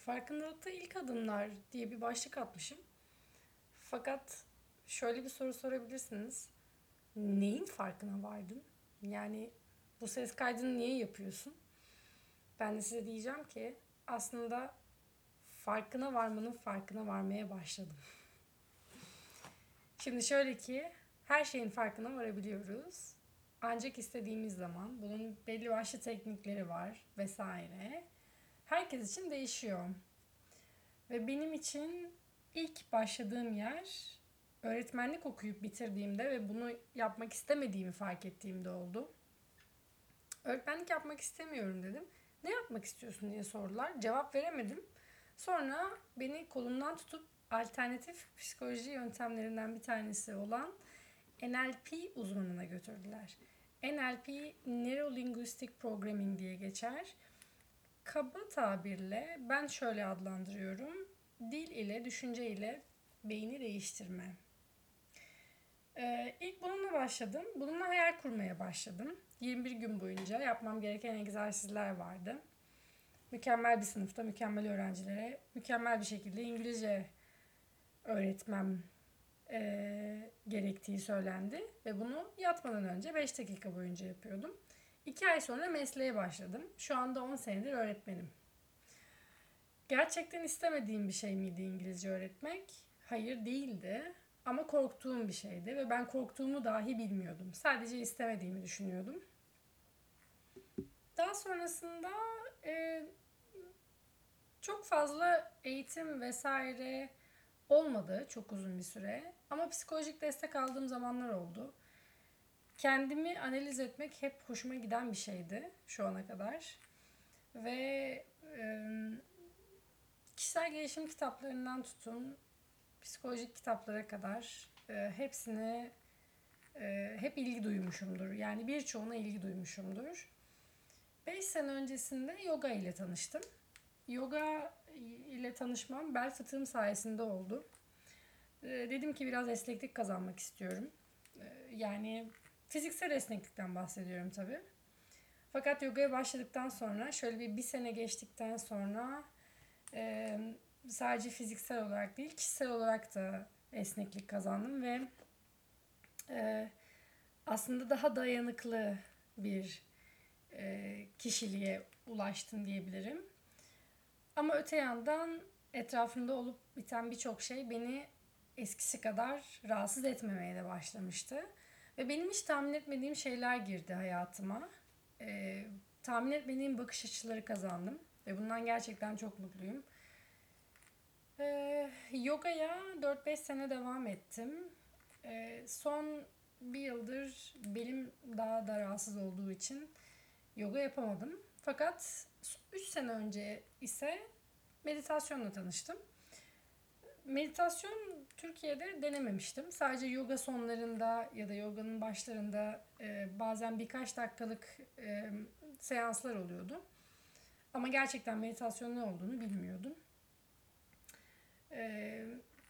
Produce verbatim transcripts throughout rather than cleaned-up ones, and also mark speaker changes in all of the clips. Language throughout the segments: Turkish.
Speaker 1: Farkındalıkta ilk adımlar diye bir başlık atmışım. Fakat şöyle bir soru sorabilirsiniz. Neyin farkına vardın? Yani bu ses kaydını niye yapıyorsun? Ben de size diyeceğim ki aslında farkına varmanın farkına varmaya başladım. Şimdi şöyle ki her şeyin farkına varabiliyoruz. Ancak istediğimiz zaman bunun belli başlı teknikleri var vesaire. Herkes için değişiyor. Ve benim için ilk başladığım yer öğretmenlik okuyup bitirdiğimde ve bunu yapmak istemediğimi fark ettiğimde oldu. Öğretmenlik yapmak istemiyorum dedim. Ne yapmak istiyorsun diye sordular. Cevap veremedim. Sonra beni kolumdan tutup alternatif psikoloji yöntemlerinden bir tanesi olan N L P uzmanına götürdüler. N L P Neuro Linguistic Programming diye geçer. Kaba tabirle ben şöyle adlandırıyorum. Dil ile, düşünce ile beyni değiştirme. Ee, ilk bununla başladım. Bununla hayal kurmaya başladım. yirmi bir gün boyunca yapmam gereken egzersizler vardı. Mükemmel bir sınıfta mükemmel öğrencilere mükemmel bir şekilde İngilizce öğretmem e, gerektiği söylendi. Ve bunu yatmadan önce beş dakika boyunca yapıyordum. iki ay sonra mesleğe başladım. Şu anda on senedir öğretmenim. Gerçekten istemediğim bir şey miydi İngilizce öğretmek? Hayır, değildi. Ama korktuğum bir şeydi ve ben korktuğumu dahi bilmiyordum. Sadece istemediğimi düşünüyordum. Daha sonrasında e, çok fazla eğitim vesaire olmadı çok uzun bir süre. Ama psikolojik destek aldığım zamanlar oldu. Kendimi analiz etmek hep hoşuma giden bir şeydi şu ana kadar. Ve e, kişisel gelişim kitaplarından tutun psikolojik kitaplara kadar e, hepsine e, hep ilgi duymuşumdur. Yani birçoğuna ilgi duymuşumdur. beş sene öncesinde yoga ile tanıştım. Yoga ile tanışmam bel fıtığım sayesinde oldu. E, dedim ki biraz esneklik kazanmak istiyorum. E, yani fiziksel esneklikten bahsediyorum tabii. Fakat yogaya başladıktan sonra şöyle bir bir sene geçtikten sonra e, sadece fiziksel olarak değil kişisel olarak da esneklik kazandım ve e, aslında daha dayanıklı bir e, kişiliğe ulaştım diyebilirim. Ama öte yandan etrafımda olup biten birçok şey beni eskisi kadar rahatsız etmemeye de başlamıştı. Ve benim hiç tahmin etmediğim şeyler girdi hayatıma. E, tahmin etmediğim bakış açıları kazandım. Ve bundan gerçekten çok mutluyum. Ee, yogaya dört beş sene devam ettim. Ee, son bir yıldır belim daha da rahatsız olduğu için yoga yapamadım. Fakat üç sene önce ise meditasyonla tanıştım. Meditasyon Türkiye'de denememiştim. Sadece yoga sonlarında ya da yoganın başlarında e, bazen birkaç dakikalık e, seanslar oluyordu. Ama gerçekten meditasyon ne olduğunu bilmiyordum. Ee,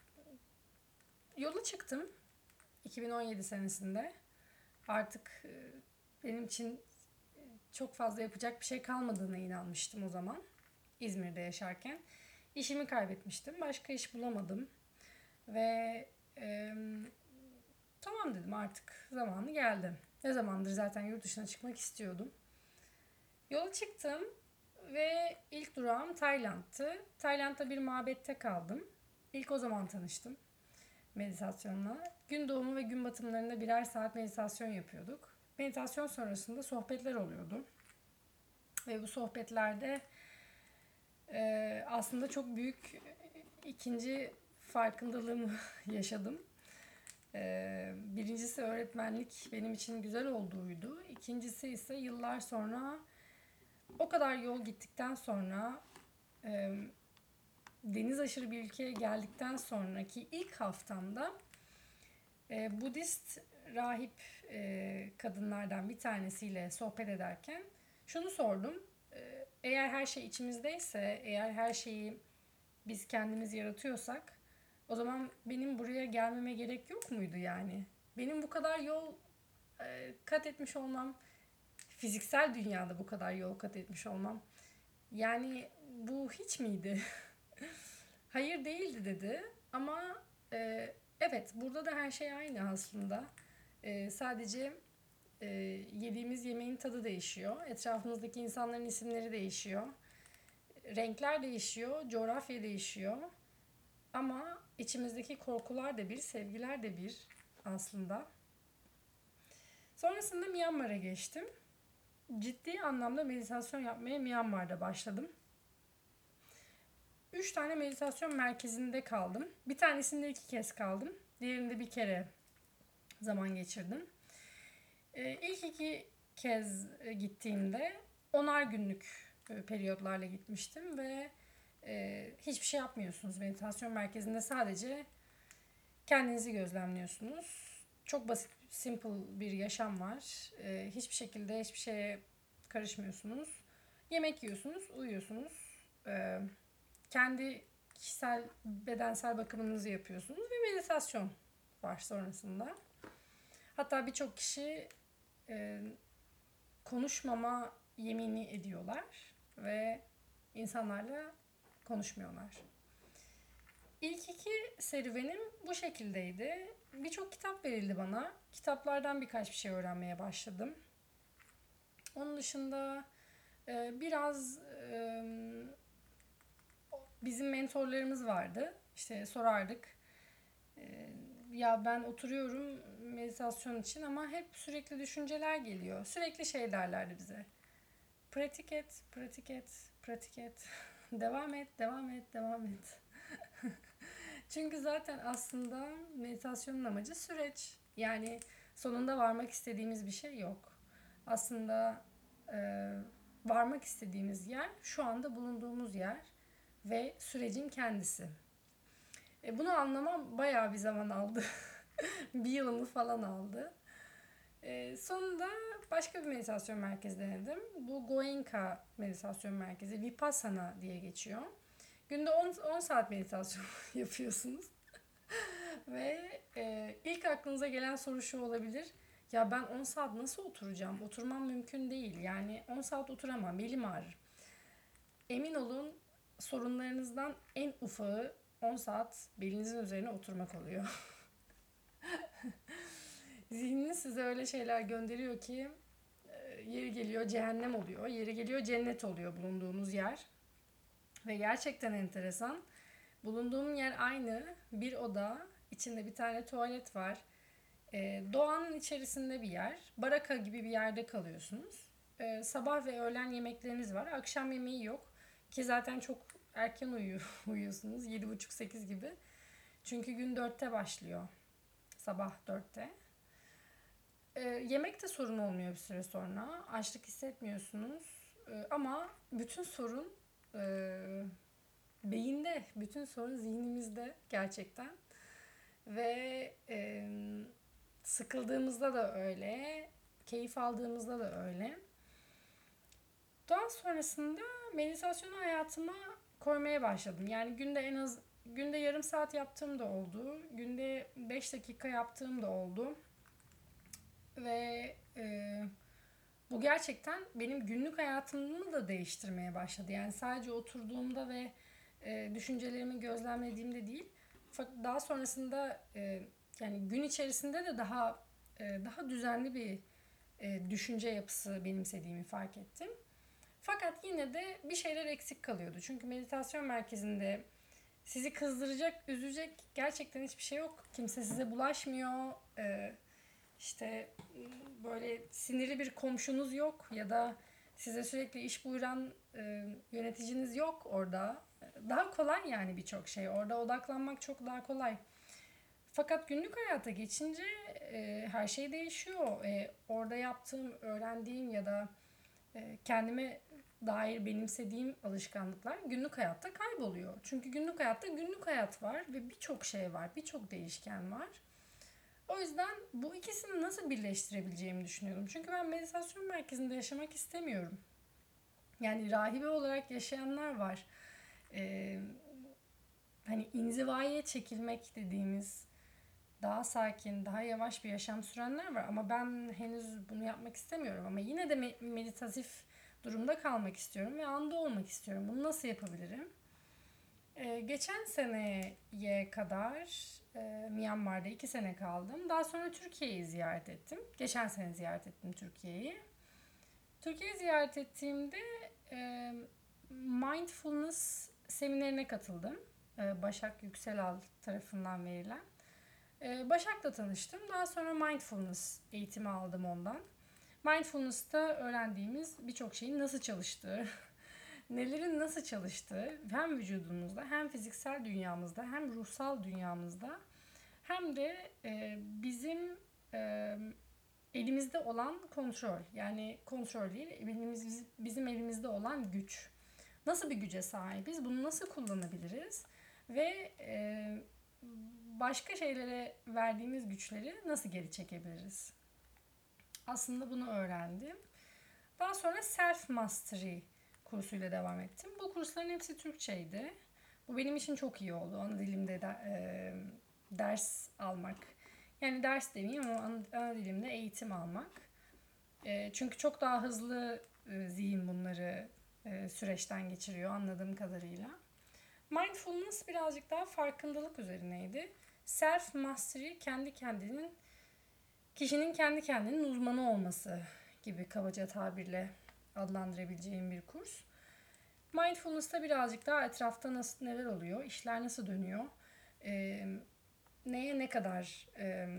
Speaker 1: yola çıktım iki bin on yedi senesinde. Artık e, benim için çok fazla yapacak bir şey kalmadığına inanmıştım o zaman. İzmir'de yaşarken. İşimi kaybetmiştim. Başka iş bulamadım. Ve e, tamam dedim artık zamanı geldi. Ne zamandır zaten yurt dışına çıkmak istiyordum. Yola çıktım ve ilk durağım Tayland'tı. Tayland'da bir mabette kaldım. İlk o zaman tanıştım meditasyonla. Gün doğumu ve gün batımlarında birer saat meditasyon yapıyorduk. Meditasyon sonrasında sohbetler oluyordu. Ve bu sohbetlerde e, aslında çok büyük ikinci farkındalığımı yaşadım. E, birincisi öğretmenlik benim için güzel olduğuydu. İkincisi ise yıllar sonra o kadar yol gittikten sonra e, deniz aşırı bir ülkeye geldikten sonraki ilk haftamda e, Budist rahip e, kadınlardan bir tanesiyle sohbet ederken şunu sordum. E, eğer her şey içimizdeyse, eğer her şeyi biz kendimiz yaratıyorsak o zaman benim buraya gelmeme gerek yok muydu yani? Benim bu kadar yol e, kat etmiş olmam, fiziksel dünyada bu kadar yol kat etmiş olmam yani bu hiç miydi? hayır değildi dedi. Ama e, evet, burada da her şey aynı aslında. E, sadece e, yediğimiz yemeğin tadı değişiyor. Etrafımızdaki insanların isimleri değişiyor. Renkler değişiyor, coğrafya değişiyor. Ama içimizdeki korkular da bir, sevgiler de bir aslında. Sonrasında Myanmar'a geçtim. Ciddi anlamda meditasyon yapmaya Myanmar'da başladım. Üç tane meditasyon merkezinde kaldım. Bir tanesinde iki kez kaldım. Diğerinde bir kere zaman geçirdim. Ee, ilk iki kez gittiğimde onar günlük periyotlarla gitmiştim ve e, hiçbir şey yapmıyorsunuz. Meditasyon merkezinde sadece kendinizi gözlemliyorsunuz. Çok basit, simple bir yaşam var. Ee, hiçbir şekilde hiçbir şeye karışmıyorsunuz. Yemek yiyorsunuz, uyuyorsunuz. Ee, kendi kişisel bedensel bakımınızı yapıyorsunuz ve meditasyon var sonrasında. Hatta birçok kişi e, konuşmama yemini ediyorlar ve insanlarla konuşmuyorlar. İlk iki serüvenim bu şekildeydi. Birçok kitap verildi bana. Kitaplardan birkaç bir şey öğrenmeye başladım. Onun dışında e, biraz e, bizim mentorlarımız vardı. İşte sorardık. E, ya ben oturuyorum meditasyon için ama hep sürekli düşünceler geliyor. Sürekli şey derlerdi bize. Pratik et, pratik et, pratik et. Devam et, devam et, devam et. Çünkü zaten aslında meditasyonun amacı süreç. Yani sonunda varmak istediğimiz bir şey yok. Aslında e, varmak istediğimiz yer şu anda bulunduğumuz yer ve sürecin kendisi. E, bunu anlamam bayağı bir zaman aldı. Bir yılımı falan aldı. E, sonunda başka bir meditasyon merkezi denedim. Bu Goenka meditasyon merkezi, Vipassana diye geçiyor. Günde on saat meditasyon yapıyorsunuz. Ve e, ilk aklınıza gelen soru şu olabilir. Ya ben on saat nasıl oturacağım? Oturmam mümkün değil. Yani on saat oturamam. Belim ağrır. Emin olun, sorunlarınızdan en ufağı on saat belinizin üzerine oturmak oluyor. Zihniniz size öyle şeyler gönderiyor ki e, yeri geliyor cehennem oluyor. Yeri geliyor cennet oluyor bulunduğunuz yer. Ve gerçekten enteresan. Bulunduğum yer aynı. Bir oda, içinde bir tane tuvalet var. Ee, doğanın içerisinde bir yer. Baraka gibi bir yerde kalıyorsunuz. Ee, sabah ve öğlen yemekleriniz var. Akşam yemeği yok. Ki zaten çok erken uyuyor, uyuyorsunuz. yedi buçuk sekiz gibi. Çünkü gün dörtte başlıyor. Sabah dörtte. Ee, yemek de sorun olmuyor bir süre sonra. Açlık hissetmiyorsunuz. Ee, ama bütün sorun e, beyinde. Bütün sorun zihnimizde gerçekten. Ve e, sıkıldığımızda da öyle, keyif aldığımızda da öyle. Daha sonrasında meditasyonu hayatıma koymaya başladım. Yani günde en az günde yarım saat yaptığım da oldu. Günde beş dakika yaptığım da oldu. Ve e, bu gerçekten benim günlük hayatımı da değiştirmeye başladı. Yani sadece oturduğumda ve e, düşüncelerimi gözlemlediğimde değil, fakat daha sonrasında e, yani gün içerisinde de daha e, daha düzenli bir e, düşünce yapısı benimsediğimi fark ettim. Fakat yine de bir şeyler eksik kalıyordu. Çünkü meditasyon merkezinde sizi kızdıracak, üzecek gerçekten hiçbir şey yok. Kimse size bulaşmıyor. E, işte böyle sinirli bir komşunuz yok ya da size sürekli iş buyuran e, yöneticiniz yok orada. Daha kolay yani birçok şey. Orada odaklanmak çok daha kolay. Fakat günlük hayata geçince e, her şey değişiyor. E, orada yaptığım, öğrendiğim ya da e, kendime dair benimsediğim alışkanlıklar günlük hayatta kayboluyor. Çünkü günlük hayatta günlük hayat var ve birçok şey var, birçok değişken var. O yüzden bu ikisini nasıl birleştirebileceğimi düşünüyorum. Çünkü ben meditasyon merkezinde yaşamak istemiyorum. Yani rahibe olarak yaşayanlar var. Ee, hani inzivaya çekilmek dediğimiz daha sakin, daha yavaş bir yaşam sürenler var. Ama ben henüz bunu yapmak istemiyorum. Ama yine de meditatif durumda kalmak istiyorum ve anda olmak istiyorum. Bunu nasıl yapabilirim? Ee, geçen seneye kadar e, Myanmar'da iki sene kaldım. Daha sonra Türkiye'yi ziyaret ettim. Geçen sene ziyaret ettim Türkiye'yi. Türkiye'yi ziyaret ettiğimde e, mindfulness seminerine katıldım. E, Başak Yükselal tarafından verilen. E, Başak'la tanıştım. Daha sonra mindfulness eğitimi aldım ondan. Mindfulness'ta öğrendiğimiz birçok şeyin nasıl çalıştığı, nelerin nasıl çalıştığı hem vücudumuzda hem fiziksel dünyamızda hem ruhsal dünyamızda hem de e, bizim e, elimizde olan kontrol, yani kontrol değil, elimiz, bizim elimizde olan güç. Nasıl bir güce sahibiz? Bunu nasıl kullanabiliriz? Ve e, başka şeylere verdiğimiz güçleri nasıl geri çekebiliriz? Aslında bunu öğrendim. Daha sonra Self Mastery kursuyla devam ettim. Bu kursların hepsi Türkçeydi. Bu benim için çok iyi oldu. Ana dilimde de, e, ders almak. Yani ders demeyeyim ama ana, ana dilimde eğitim almak. E, çünkü çok daha hızlı e, zihin bunları e, süreçten geçiriyor anladığım kadarıyla. Mindfulness birazcık daha farkındalık üzerineydi. Self Mastery kendi kendinin, kişinin kendi kendinin uzmanı olması gibi kabaca tabirle adlandırabileceğim bir kurs. Mindfulness'ta birazcık daha etrafta nasıl, neler oluyor, işler nasıl dönüyor, e, neye ne kadar, e,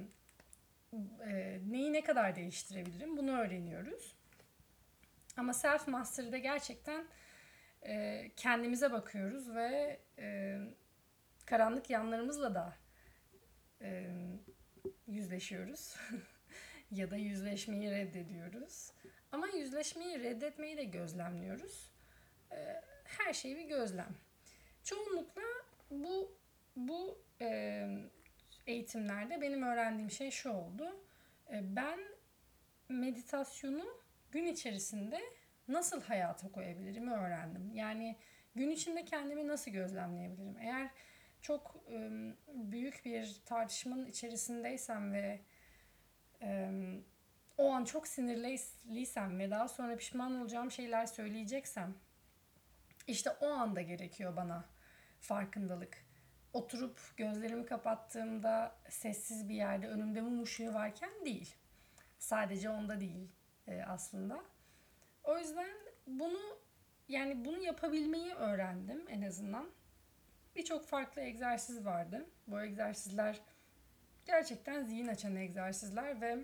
Speaker 1: e, neyi ne kadar değiştirebilirim bunu öğreniyoruz. Ama self mastery'de gerçekten e, kendimize bakıyoruz ve e, karanlık yanlarımızla da e, yüzleşiyoruz. Ya da yüzleşmeyi reddediyoruz. Ama yüzleşmeyi reddetmeyi de gözlemliyoruz. E, her şey bir gözlem. Çoğunlukla bu bu e, eğitimlerde benim öğrendiğim şey şu oldu. E, ben meditasyonu gün içerisinde nasıl hayata koyabilirim öğrendim. Yani gün içinde kendimi nasıl gözlemleyebilirim? Eğer çok e, büyük bir tartışmanın içerisindeysem ve e, o an çok sinirliysem ve daha sonra pişman olacağım şeyler söyleyeceksem, işte o anda gerekiyor bana farkındalık. Oturup gözlerimi kapattığımda sessiz bir yerde önümde mum ışığı varken değil. Sadece onda değil e, aslında. O yüzden bunu, yani bunu yapabilmeyi öğrendim en azından. Birçok farklı egzersiz vardı. Bu egzersizler gerçekten zihin açan egzersizler ve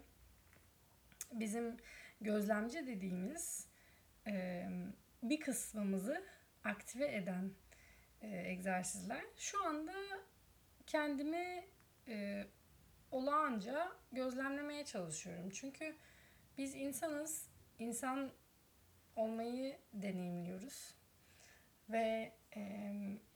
Speaker 1: bizim gözlemci dediğimiz e, bir kısmımızı aktive eden e, egzersizler. Şu anda kendimi e, olağanca gözlemlemeye çalışıyorum. Çünkü biz insanız, insan olmayı deneyimliyoruz ve e,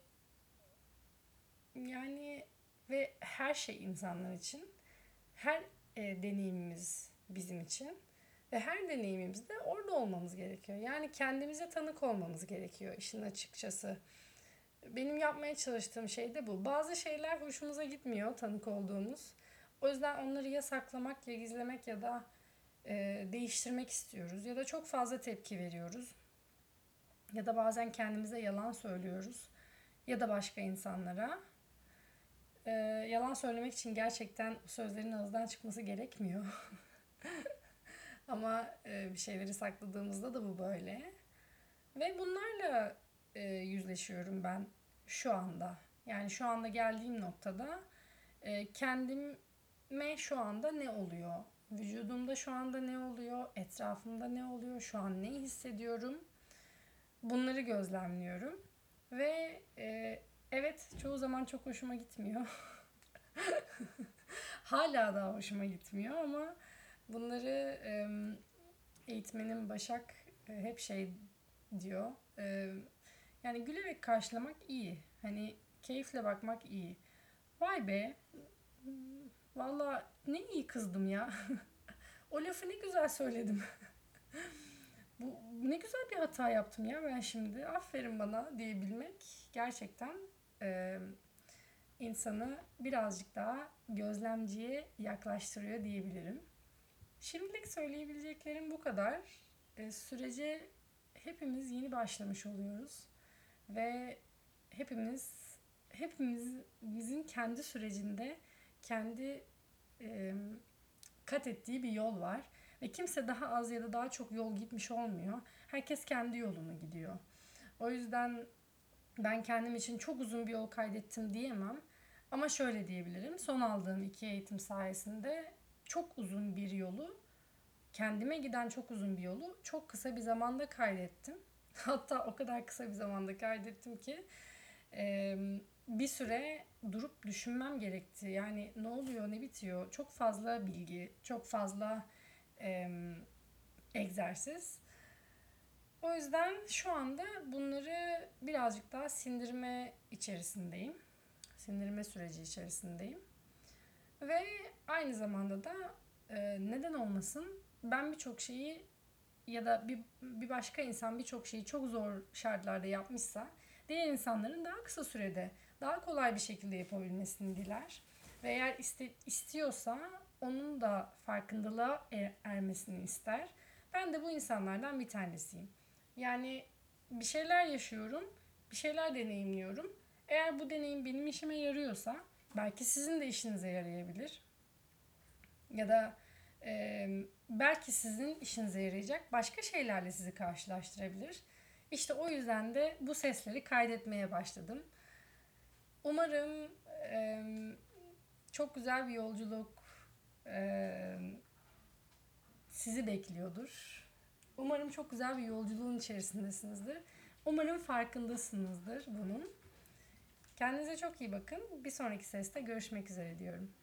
Speaker 1: yani ve her şey insanlar için, her e, deneyimimiz bizim için ve her deneyimimizde orada olmamız gerekiyor. Yani kendimize tanık olmamız gerekiyor işin açıkçası. Benim yapmaya çalıştığım şey de bu. Bazı şeyler hoşumuza gitmiyor tanık olduğumuz. O yüzden onları ya saklamak ya gizlemek ya da e, değiştirmek istiyoruz. Ya da çok fazla tepki veriyoruz. Ya da bazen kendimize yalan söylüyoruz. Ya da başka insanlara. E, yalan söylemek için gerçekten sözlerin ağızdan çıkması gerekmiyor. Ama e, bir şeyleri sakladığımızda da bu böyle. Ve bunlarla e, yüzleşiyorum ben şu anda. Yani şu anda geldiğim noktada e, kendime şu anda ne oluyor? Vücudumda şu anda ne oluyor? Etrafımda ne oluyor? Şu an ne hissediyorum? Bunları gözlemliyorum. Ve e, evet, çoğu zaman çok hoşuma gitmiyor. Hala da hoşuma gitmiyor ama bunları e, eğitmenim Başak e, hep şey diyor. E, yani gülerek karşılamak iyi. Hani keyifle bakmak iyi. Vay be. Valla ne iyi kızdım ya. O lafı ne güzel söyledim. Bu ne güzel bir hata yaptım ya ben şimdi. Aferin bana diyebilmek gerçekten e, insanı birazcık daha gözlemciye yaklaştırıyor diyebilirim. Şimdilik söyleyebileceklerim bu kadar. E, sürece hepimiz yeni başlamış oluyoruz ve hepimiz hepimizin kendi sürecinde kendi e, kat ettiği bir yol var. Ve kimse daha az ya da daha çok yol gitmiş olmuyor. Herkes kendi yolunu gidiyor. O yüzden ben kendim için çok uzun bir yol kaydettim diyemem. Ama şöyle diyebilirim. Son aldığım iki eğitim sayesinde çok uzun bir yolu, kendime giden çok uzun bir yolu çok kısa bir zamanda kaydettim. Hatta o kadar kısa bir zamanda kaydettim ki bir süre durup düşünmem gerekti. Yani ne oluyor, ne bitiyor? Çok fazla bilgi, çok fazla e, egzersiz. O yüzden şu anda bunları birazcık daha sindirme içerisindeyim. Sindirme süreci içerisindeyim. Ve aynı zamanda da e, neden olmasın, ben birçok şeyi ya da bir, bir başka insan birçok şeyi çok zor şartlarda yapmışsa diğer insanların daha kısa sürede daha kolay bir şekilde yapabilmesini diler. Ve eğer iste, istiyorsa onun da farkındalığa er, ermesini ister. Ben de bu insanlardan bir tanesiyim. Yani bir şeyler yaşıyorum, bir şeyler deneyimliyorum. Eğer bu deneyim benim işime yarıyorsa belki sizin de işinize yarayabilir. Ya da e, belki sizin işinize yarayacak başka şeylerle sizi karşılaştırabilir. İşte o yüzden de bu sesleri kaydetmeye başladım. Umarım e, çok güzel bir yolculuk e, sizi bekliyordur. Umarım çok güzel bir yolculuğun içerisindesinizdir. Umarım farkındasınızdır bunun. Kendinize çok iyi bakın. Bir sonraki seste görüşmek üzere diyorum.